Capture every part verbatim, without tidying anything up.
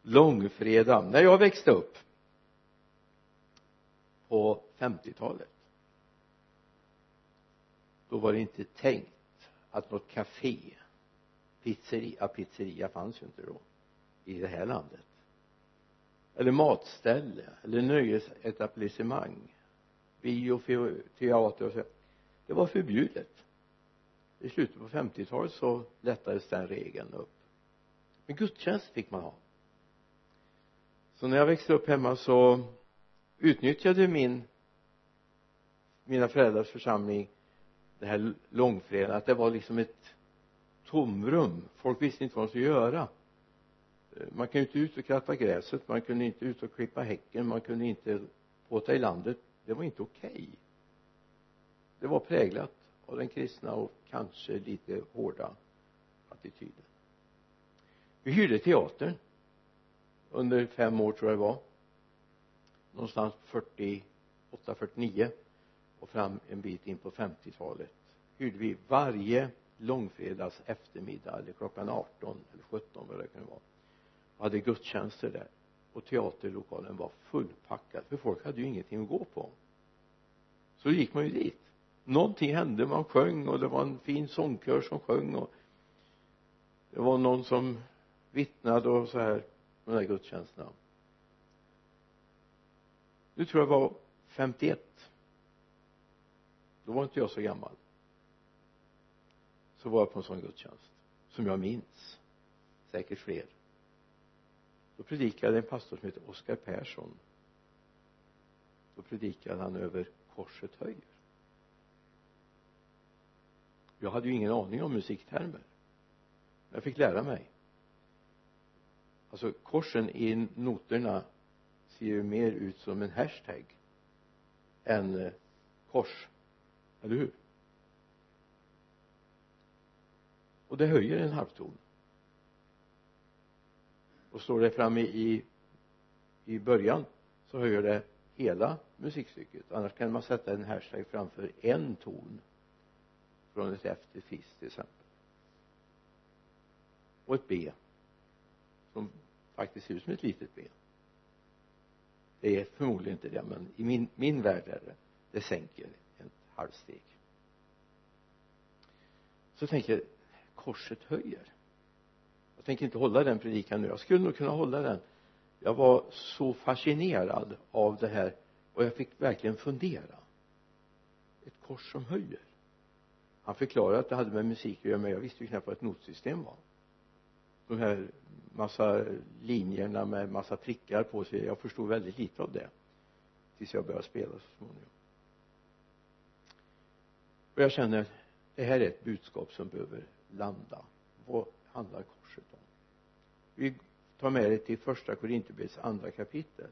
långfredag. När jag växte upp på femtiotalet, då var det inte tänkt att något café, pizzeria, pizzeria fanns ju inte då i det här landet, eller matställe eller nöjesetablissemang, bio, teater och så. Det var förbjudet. I slutet på femtiotalet så lättades den regeln upp. Men gudstjänst fick man ha. Så när jag växte upp hemma så utnyttjade min mina föräldrars församling det här långfredagen, att det var liksom ett tomrum. Folk visste inte vad de skulle göra. Man kunde inte ut och kratta gräset, man kunde inte ut och klippa häcken, man kunde inte påta i landet. Det var inte okej. Okay. Det var präglat av den kristna och kanske lite hårda attityden. Vi hyrde teatern under fem år, tror jag det var, någonstans fyrtioåtta fyrtionio och fram en bit in på femtiotalet hyrde vi varje långfredags eftermiddag, eller klockan arton eller sjutton, vad det kunde vara, och hade gudstjänster där, och teaterlokalen var fullpackad, för folk hade ju ingenting att gå på. Så gick man ju dit. Någonting hände, man sjöng, och det var en fin sångkör som sjöng, och det var någon som vittnade och så här, de där gudstjänsterna. Nu tror jag var femtioett. Då var inte jag så gammal. Så var jag på en sån gudstjänst som jag minns, säkert fler. Då predikade en pastor som heter Oskar Persson. Då predikade han över korset höjer. Jag hade ju ingen aning om musiktermer. Jag fick lära mig. Alltså korsen i noterna ser ju mer ut som en hashtag än eh, kors. Eller hur? Och det höjer en halvton. Och står det framme i i början, så höjer det hela musikstycket. Annars kan man sätta en hashtag framför en ton från ett efterfis till exempel. Och ett B som faktiskt ser ut som ett litet B. Det är förmodligen inte det, men i min, min värld är det. Det sänker ett halvsteg. Så tänker jag, korset höjer. Jag tänker inte hålla den predikan nu. Jag skulle nog kunna hålla den. Jag var så fascinerad av det här, och jag fick verkligen fundera. Ett kors som höjer. Han förklarade att det hade med musik att göra, men jag visste ju knappt vad ett notsystem var. De här massa linjerna med massa prickar på sig, jag förstod väldigt lite av det tills jag började spela så småningom. Och jag känner, det här är ett budskap som behöver landa. Vad handlar korset om? Vi tar med det till första Korinthierbrevets andra kapitel.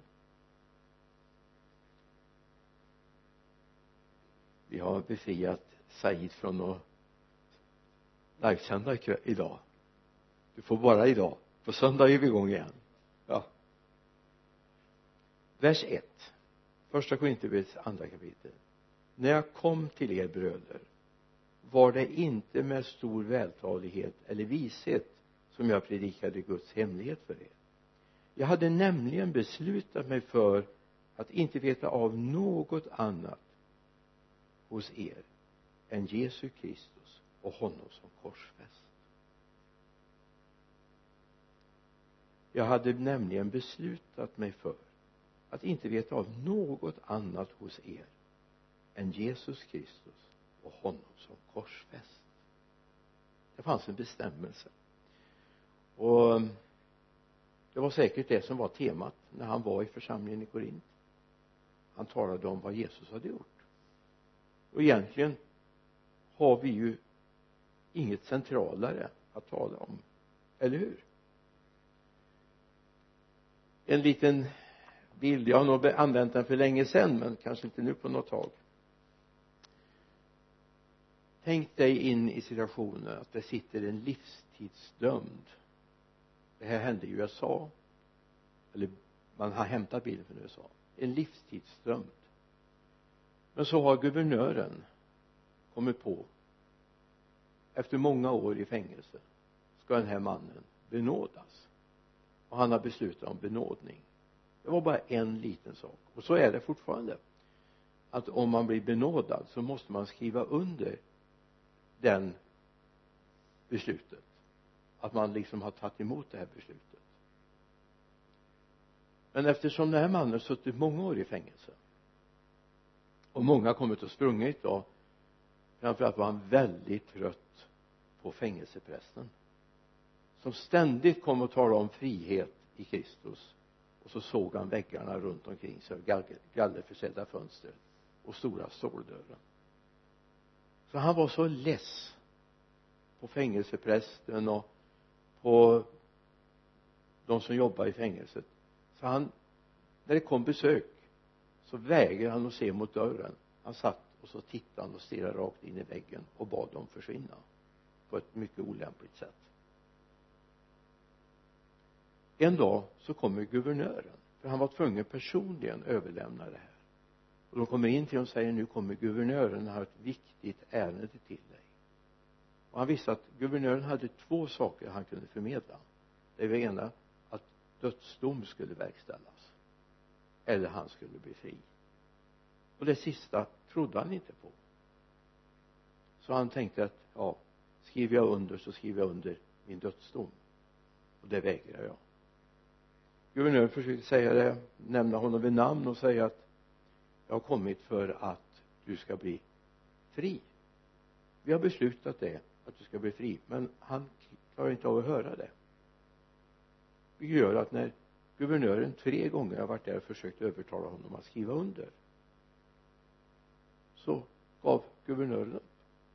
Vi har befriat Said från att livesända idag. Du får bara idag. På söndag är vi igång igen. Ja. Vers ett. Första Korinthierbrevets andra kapitel. När jag kom till er bröder, var det inte med stor vältalighet eller vishet som jag predikade Guds hemlighet för er. Jag hade nämligen beslutat mig för att inte veta av något annat hos er än Jesus Kristus och honom som korsfäst. Jag hade nämligen beslutat mig för att inte veta av något annat hos er än Jesus Kristus och honom som korsfäst. Det fanns en bestämmelse. Och det var säkert det som var temat när han var i församlingen i Korint. Han talade om vad Jesus hade gjort. Och egentligen har vi ju inget centralare att tala om. Eller hur? En liten bild, jag har nog använt den för länge sedan, men kanske inte nu på något tag. Tänk dig in i situationen att det sitter en livstidsdömd. Det här hände i U S A, eller man har hämtat bilden från U S A. En livstidsdömd. Men så har guvernören kommit på, efter många år i fängelse ska den här mannen benådas. och han har beslutat om benådning. Det var bara en liten sak, och så är det fortfarande, att om man blir benådad så måste man skriva under den beslutet, att man liksom har tagit emot det här beslutet. Men eftersom den här mannen suttit många år i fängelse och många har kommit och sprungit då, framförallt var han väldigt trött på fängelseprästen som ständigt kom och talade om frihet i Kristus, och så såg han väggarna runt omkring sig, gallerförsedda fönster och stora ståldörrar. Så han var så less på fängelseprästen och på de som jobbar i fängelset, så han, när det kom besök, så vägrade han att se mot dörren. Han satt och så tittade han och stirrade rakt in i väggen och bad dem försvinna på ett mycket olämpligt sätt. En dag så kommer guvernören, för han var tvungen personligen överlämna det här, och de kommer in till honom och säger: nu kommer guvernören, har ett viktigt ärende till dig. Och han visste att guvernören hade två saker han kunde förmedla. Det var ena, att dödsdom skulle verkställas, eller han skulle bli fri. Och det sista trodde han inte på. Så han tänkte att ja, skriver jag under så skriver jag under min dödsdom, och det vägrar jag. Guvernören försökte säga det, nämna honom vid namn och säga att jag har kommit för att du ska bli fri. Vi har beslutat det, att du ska bli fri, men han klarar inte av att höra det. Det gör att när guvernören tre gånger har varit där och försökt övertala honom att skriva under, så gav guvernören upp.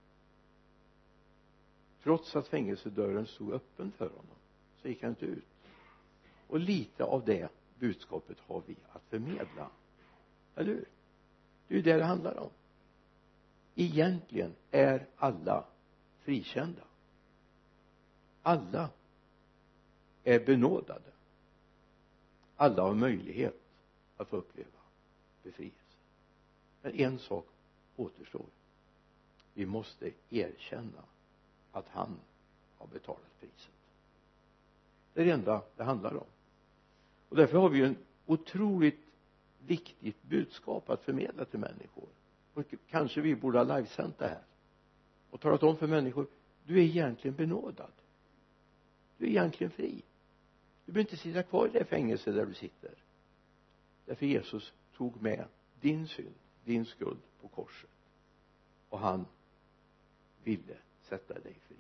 Trots att fängelsedörren stod öppen för honom så gick han inte ut. Och lite av det budskapet har vi att förmedla, eller hur? Det är ju det det handlar om. Egentligen är alla frikända. Alla är benådade. Alla har möjlighet att få uppleva befrielse. Men en sak återstår. Vi måste erkänna att han har betalat priset. Det är det enda det handlar om. Och därför har vi en otroligt viktigt budskap att förmedla till människor. Och kanske vi borde ha livesänt det här och talat om för människor: du är egentligen benådad. Du är egentligen fri. Du behöver inte sitta kvar i det fängelse där du sitter. Därför Jesus tog med din synd, din skuld på korset, och han ville sätta dig fri.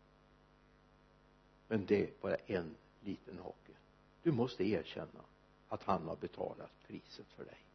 Men det är bara en liten hake. Du måste erkänna att han har betalat priset för dig.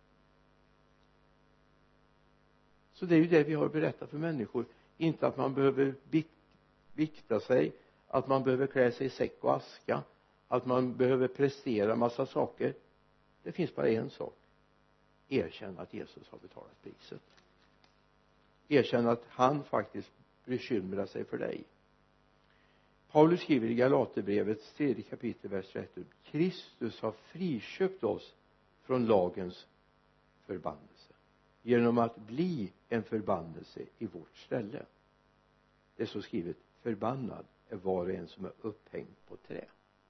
Så det är ju det vi har berättat för människor. Inte att man behöver vikta sig, att man behöver klä sig i säck och aska, att man behöver prestera massa saker. Det finns bara en sak. Erkänna att Jesus har betalat priset. Erkänna att han faktiskt bekymrar sig för dig. Paulus skriver i Galaterbrevets tredje kapitel vers tretton: Kristus har friköpt oss från lagens förbannelse genom att bli en förbannelse i vårt ställe. Det är så skrivet: förbannad är var och en som är upphängd på trä.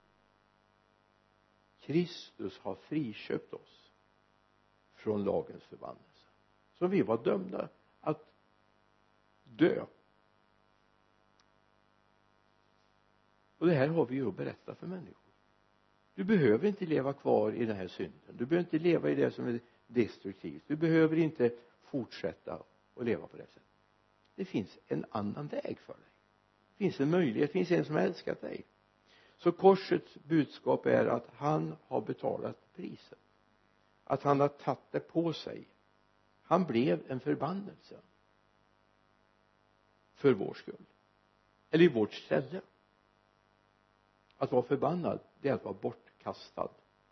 Kristus har friköpt oss från lagens förbannelse, så vi var dömda att dö. Och det här har vi ju att berätta för människor. Du behöver inte leva kvar i den här synden. Du behöver inte leva i det som är destruktivt. Du behöver inte fortsätta att leva på det sättet. Det finns en annan väg för dig. Det finns en möjlighet. Det finns en som har älskat dig. Så korsets budskap är att han har betalat priset. Att han har tagit det på sig. Han blev en förbannelse för vår skull. Eller i vårt ställe. Att vara förbannad, det är att vara bortkastad.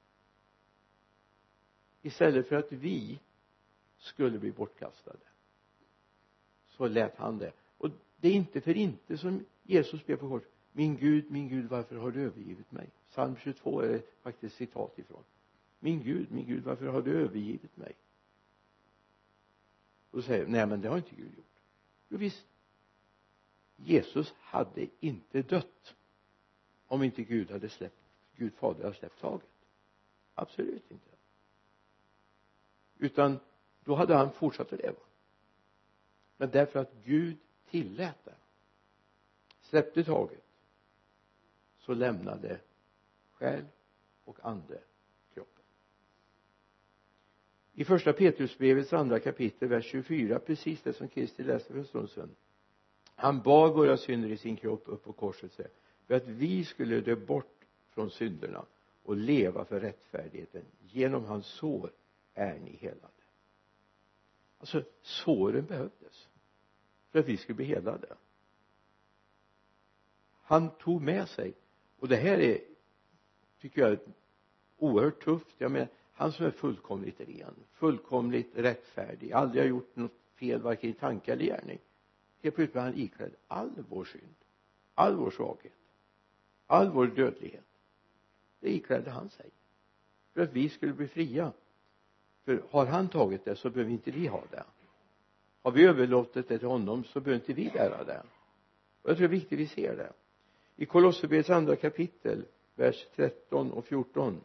Istället för att vi skulle bli bortkastade, så lät han det. Och det är inte för inte som Jesus ber på korset: min Gud, min Gud, varför har du övergivit mig? Psalm tjugotvå är det faktiskt citat ifrån. Min Gud, min Gud, varför har du övergivit mig? Och säger: nej, men det har inte Gud gjort. Jo visst, Jesus hade inte dött om inte Gud hade släppt Gud fader har släppt taget. Absolut inte. Utan då hade han fortsatt att leva. Men därför att Gud tillät det, släppte taget, så lämnade själ och ande kroppen. I första Petrusbrevets andra kapitel, vers tjugofyra, precis det som Kristi läste för en stund sedan. Han bar våra synder i sin kropp upp på korset, för att vi skulle dö bort från synderna och leva för rättfärdigheten. Genom hans sår är ni helade. Alltså såren behövdes för att vi skulle bli helade. Han tog med sig, och det här är, tycker jag, oerhört tufft. Jag menar, han som är fullkomligt ren, fullkomligt rättfärdig, aldrig har gjort något fel varken i tanke eller gärning, helt plötsligt var han iklädd all vår synd, all vår svaghet, all vår dödlighet. Det iklädde han sig för att vi skulle bli fria. För har han tagit det så behöver inte vi ha det. Har vi överlåtit det till honom så behöver inte vi bära det. Och jag tror det är viktigt att vi ser det. I Kolosserbrevets andra kapitel, vers tretton och fjorton,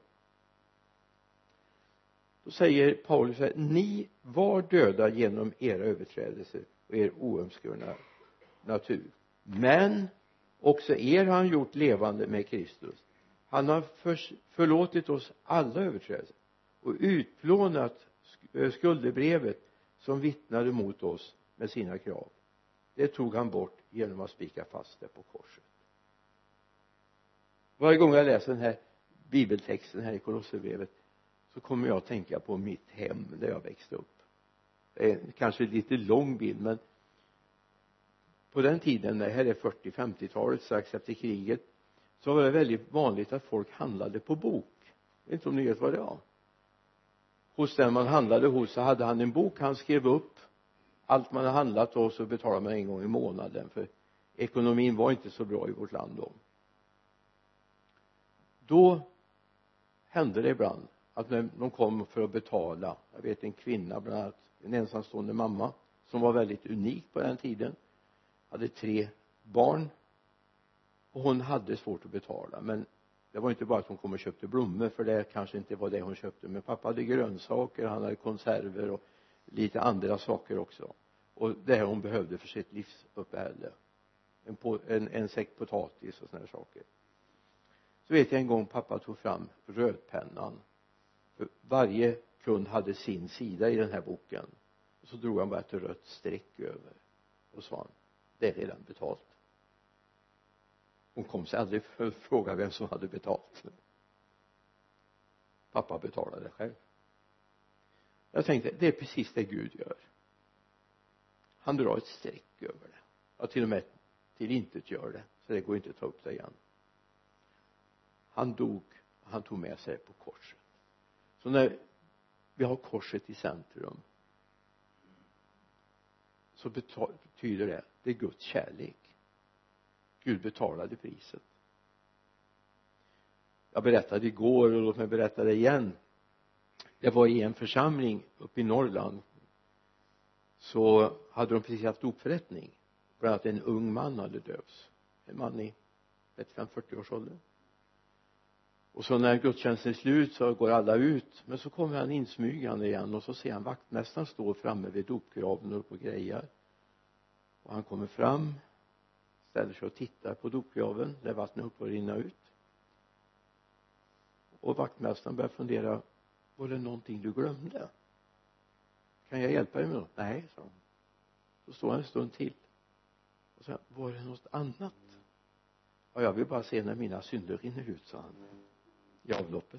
då säger Paulus att ni var döda genom era överträdelser och er oomskurna natur. Men också er har han gjort levande med Kristus. Han har för, förlåtit oss alla överträdelser och utplånat skuldebrevet som vittnade mot oss med sina krav. Det tog han bort genom att spika fast det på korset. Varje gång jag läser den här bibeltexten här i Kolosserbrevet så kommer jag att tänka på mitt hem där jag växte upp. Det är kanske lite lång bild, men på den tiden, det här är fyrtio-femtiotalet, strax efter kriget, så var det väldigt vanligt att folk handlade på bok. Jag vet inte om ni vet vad det var. Hos den man handlade hos så hade han en bok, han skrev upp allt man hade handlat, och så betalade man en gång i månaden, för ekonomin var inte så bra i vårt land då. Då hände det ibland att när de kom för att betala, jag vet en kvinna bland annat, en ensamstående mamma som var väldigt unik på den tiden, hade tre barn och hon hade svårt att betala, men det var inte bara att hon kom och köpte blommor, för det kanske inte var det hon köpte, men pappa hade grönsaker, han hade konserver och lite andra saker också, och det hon behövde för sitt livsuppehälle, en, en, en säck potatis och såna saker. Så vet jag en gång pappa tog fram rödpennan, för varje kund hade sin sida i den här boken, och så drog han bara ett rött streck över och sa han, det är redan betalt. Hon kom sig aldrig för att fråga vem som hade betalt. Pappa betalade själv. Jag tänkte, det är precis det Gud gör. Han drar ett streck över det. Ja, till och med till intet gör det. Så det går inte att ta upp det igen. Han dog, han tog med sig på korset. Så när vi har korset i centrum, så betyder det, det är Guds kärlek. Gud betalade priset. Jag berättade igår, och låt mig berätta det igen. Det var i en församling uppe i Norrland, så hade de precis haft dopförrättning. Bland annat en ung man hade döpts. En man i trettiofem till fyrtio års ålder. Och så när gudstjänsten är slut så går alla ut, men så kommer han insmygande igen, och så ser han vaktmästaren stå framme vid dopgraven och på grejer. Och han kommer fram, ställer sig och tittar på dopgraven där vattnet upp och rinna ut. Och vaktmästaren börjar fundera, var det någonting du glömde? Kan jag hjälpa dig med något? Nej, sa han. Så står han en stund till och säger, var det något annat? Ja, jag vill bara se när mina synder rinner ut, sa han, i avloppet.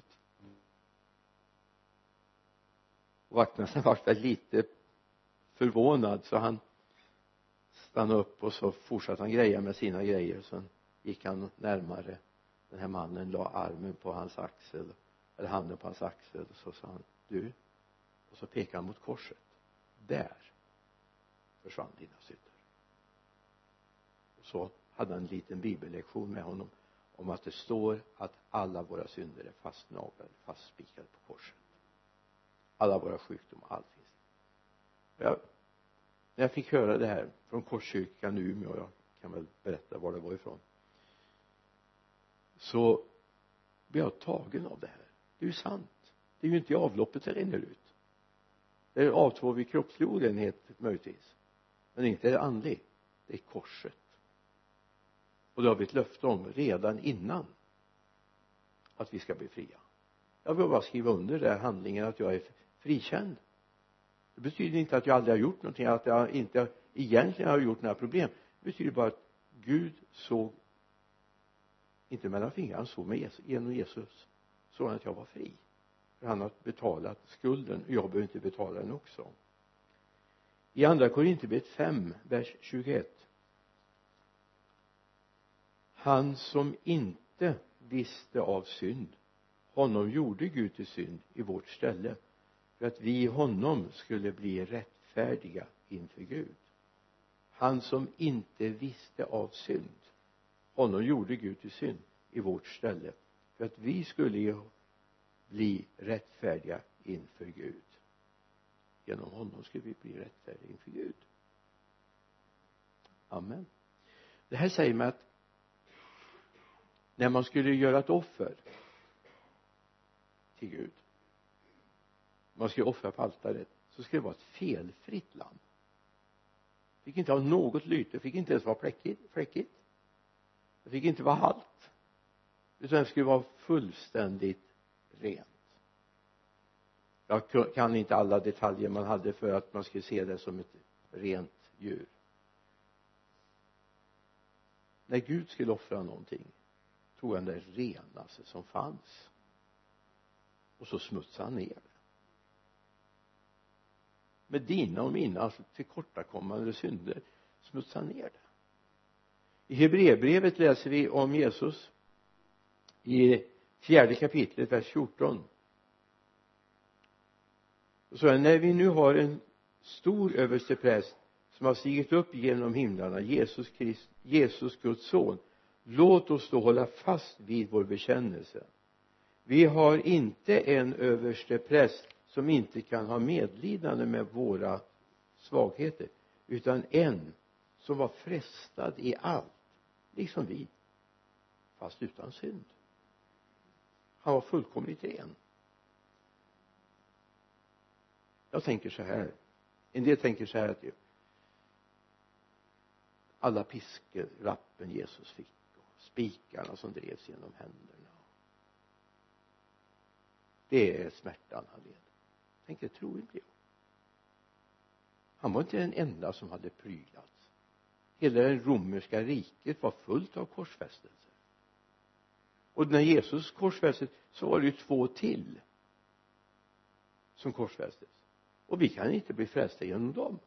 Och vaktmästaren var väl lite förvånad, så han stannade upp och så fortsatte han greja med sina grejer. Sen gick han närmare den här mannen, la armen på hans axel, eller handen på hans axel, och så sa han, du, och så pekade han mot korset, där försvann dina synder. Och så hade han en liten bibellektion med honom om att det står att alla våra synder är fastnaglade, fastspikade på korset. Alla våra sjukdomar, allt finns. Jag, när jag fick höra det här från Korskyrkan i Umeå, jag kan väl berätta var det var ifrån, så blir jag tagen av det här. Det är ju sant. Det är ju inte i avloppet det rinner ut. Det är avtvår vid kroppslig orenhet möjligtvis. Men inte andlig. Det är korset. Och det har vi ett löfte om redan innan att vi ska bli fria. Jag vill bara skriva under den handlingen att jag är frikänd. Det betyder inte att jag aldrig har gjort någonting, att jag inte egentligen har gjort några problem. Det betyder bara att Gud såg inte mellan fingrarna, han såg med Jesus, genom Jesus så att jag var fri. För han har betalat skulden och jag behöver inte betala den också. I andra Korinthierbrevet fem, vers tjugoett. Han som inte visste av synd, honom gjorde Gud till synd i vårt ställe, för att vi i honom skulle bli rättfärdiga inför Gud. Han som inte visste av synd, honom gjorde Gud till synd i vårt ställe, för att vi skulle bli rättfärdiga inför Gud. Genom honom skulle vi bli rättfärdiga inför Gud. Amen. Det här säger mig att när man skulle göra ett offer till Gud, man skulle offra på altaret, så skulle det vara ett felfritt lamm. Det fick inte ha något lyte, det fick inte ens vara fläckigt, fläckigt. Det fick inte vara halt, utan det skulle vara fullständigt rent. Jag kan inte alla detaljer man hade för att man skulle se det som ett rent djur. När Gud skulle offra någonting tog han det renaste som fanns och så smutsade han ner det med dina och mina, alltså tillkortakommande synder, smutsade ner det. I Hebreerbrevet läser vi om Jesus i fjärde kapitlet, vers fjorton. Så när vi nu har en stor överstepräst som har stigit upp genom himlarna, Jesus Krist, Jesus Guds son, låt oss då hålla fast vid vår bekännelse. Vi har inte en överstepräst som inte kan ha medlidande med våra svagheter, utan en som var frestad i allt, liksom vi, fast utan synd. Han var fullkomligt ren. Jag tänker så här, en del tänker så här att alla piskelappen Jesus fick och spikarna som drevs genom händerna, det är smärtan han led. Tänker, tror inte jag. Han var inte den enda som hade prylats. Hela det romerska riket var fullt av korsfästelser. Och när Jesus korsfästes så var det ju två till som korsfästes. Och vi kan inte bli frälsta genom dem.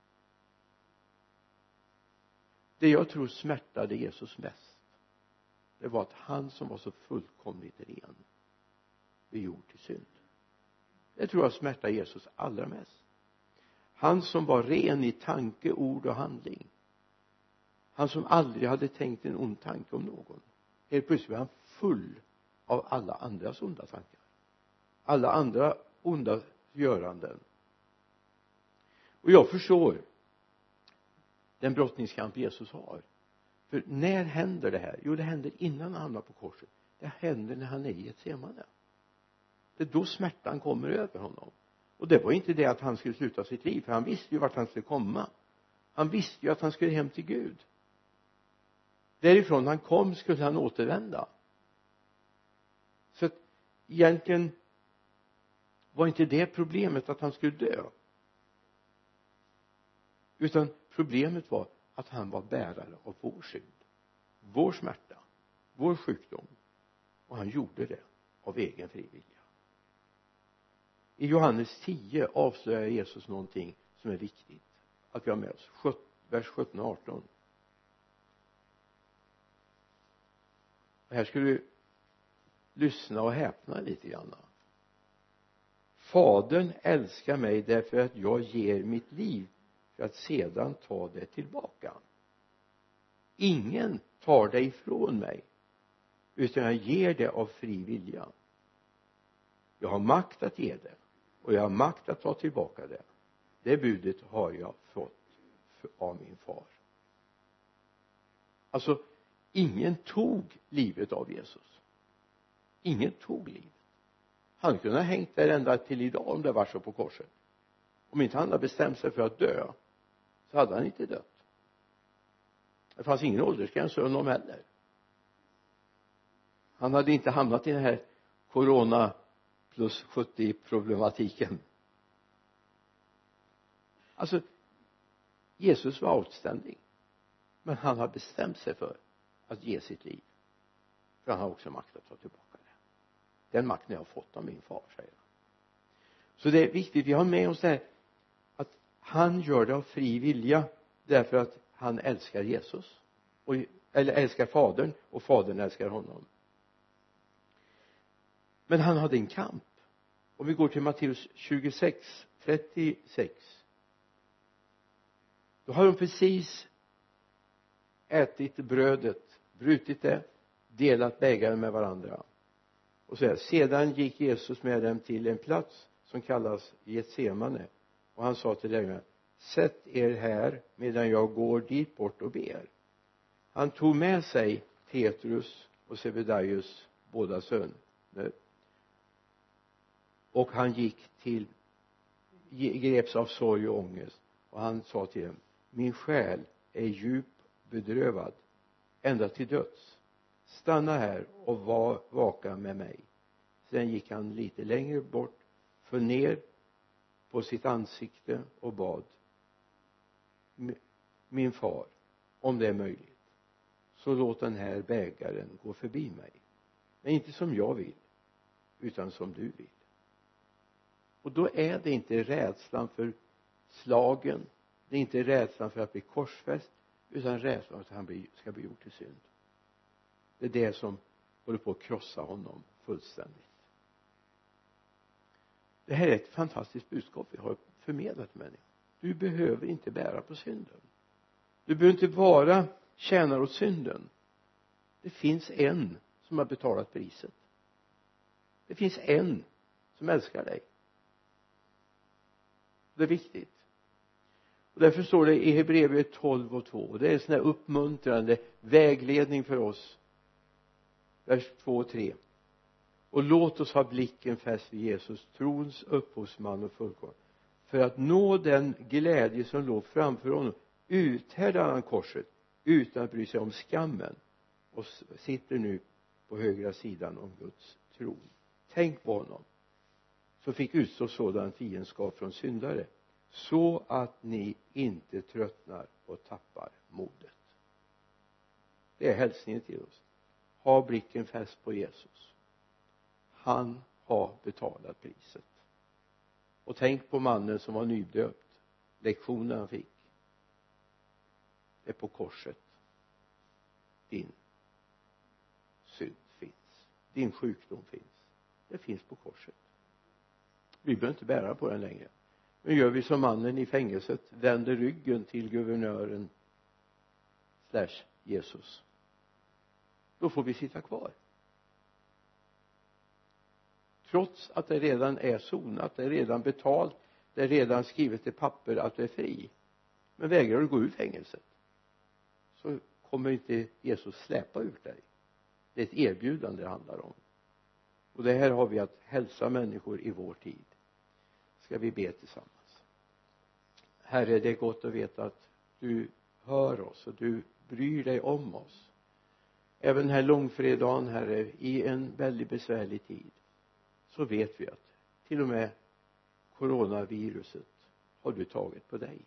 Det jag tror smärtade Jesus mest, det var att han som var så fullkomligt ren blev gjord till synd. Det tror jag smärtar Jesus allra mest. Han som var ren i tanke, ord och handling. Han som aldrig hade tänkt en ond tanke om någon. Helt plötsligt var han full av alla andras onda tankar. Alla andra onda göranden. Och jag förstår den brottningskamp Jesus har. För när händer det här? Jo, det händer innan han hamnar på korset. Det händer när han är i Getsemane. Det är då smärtan kommer över honom. Och det var inte det att han skulle sluta sitt liv, för han visste ju vart han skulle komma. Han visste ju att han skulle hem till Gud. Därifrån han kom skulle han återvända. Så att egentligen var inte det problemet att han skulle dö. Utan problemet var att han var bärare av vår synd. Vår smärta. Vår sjukdom. Och han gjorde det av egen fri vilja. I Johannes tio avslöjar Jesus någonting som är viktigt att vi har med oss. Vers sjutton och arton. Och här ska du lyssna och häpna lite grann. Fadern älskar mig därför att jag ger mitt liv för att sedan ta det tillbaka. Ingen tar det ifrån mig, utan jag ger det av fri vilja. Jag har makt att ge det, och jag har makt att ta tillbaka det. Det budet har jag fått av min far. Alltså, ingen tog livet av Jesus. inget tog livet. Han kunde ha hängt där ända till idag om det var så på korset. Om inte han hade bestämt sig för att dö så hade han inte dött. Det fanns ingen åldersgräns för honom heller. Han hade inte hamnat i den här corona plus sjuttio problematiken. Alltså Jesus var outstanding, men han har bestämt sig för att ge sitt liv, för han har också makt att ta tillbaka det. Den makten jag har fått av min far, säger han. Så det är viktigt, vi har med oss det här att han gör det av fri vilja därför att han älskar Jesus och, eller älskar fadern, och fadern älskar honom. Men han hade en kamp. Om vi går till Matteus tjugosex trettiosex, då har de precis ätit brödet, brutit det, delat bägaren med varandra. Och så här, sedan gick Jesus med dem till en plats som kallas Getsemane, och han sa till lärjungarna: sätt er här medan jag går dit bort och ber. Han tog med sig Petrus och Sebedaios båda söner, och han gick till greps av sorg och ångest, och han sa till dem: min själ är djupt bedrövad ända till döds. Stanna här och var vaka med mig. Sen gick han lite längre bort, föll ner på sitt ansikte och bad: min far, om det är möjligt, så låt den här bägaren gå förbi mig, men inte som jag vill, utan som du vill. Och då är det inte rädslan för slagen, det är inte rädslan för att bli korsfäst, utan rädslan att han ska bli gjord till synd. Det är det som håller på att krossa honom fullständigt. Det här är ett fantastiskt budskap vi har förmedlat med dig. Du behöver inte bära på synden. Du behöver inte vara tjänare åt synden. Det finns en som har betalat priset. Det finns en som älskar dig. Det är viktigt. Och därför står det i Hebreerbrevet tolv och två, och det är en sån här uppmuntrande vägledning för oss. Vers två och tre. Och låt oss ha blicken fäst vid Jesus, trons upphovsman och fullkomnare. För att nå den glädje som låg framför honom uthärdade han korset utan att bry sig om skammen, och sitter nu på högra sidan om Guds tron. Tänk på honom som fick utstå sådan fiendskap från syndare, så att ni inte tröttnar och tappar modet. Det är hälsningen till oss. Ha blicken fäst på Jesus. Han har betalat priset. Och tänk på mannen som var nydöpt. Lektionen han fick. Det är på korset din synd finns. Din sjukdom finns. Det finns på korset. Vi behöver inte bära på den längre. Men gör vi som mannen i fängelset, vänder ryggen till guvernören slash Jesus, då får vi sitta kvar. Trots att det redan är sonat, det är redan betalt, det är redan skrivet i papper att du är fri. Men vägrar du gå ur fängelset, så kommer inte Jesus släpa ut dig. Det är ett erbjudande det handlar om. Och det här har vi att hälsa människor i vår tid. Ska vi be tillsammans. Herre, det är gott att veta att du hör oss och du bryr dig om oss. Även den här långfredagen, Herre, i en väldigt besvärlig tid, så vet vi att till och med coronaviruset har du tagit på dig.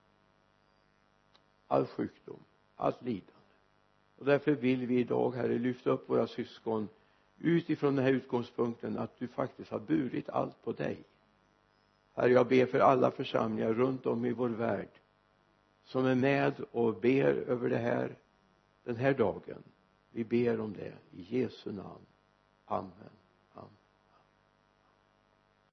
All sjukdom, allt lidande. Och därför vill vi idag, Herre, lyfta upp våra syskon utifrån den här utgångspunkten att du faktiskt har burit allt på dig. Herre, jag ber för alla församlingar runt om i vår värld som är med och ber över det här den här dagen. Vi ber om det i Jesu namn. Amen.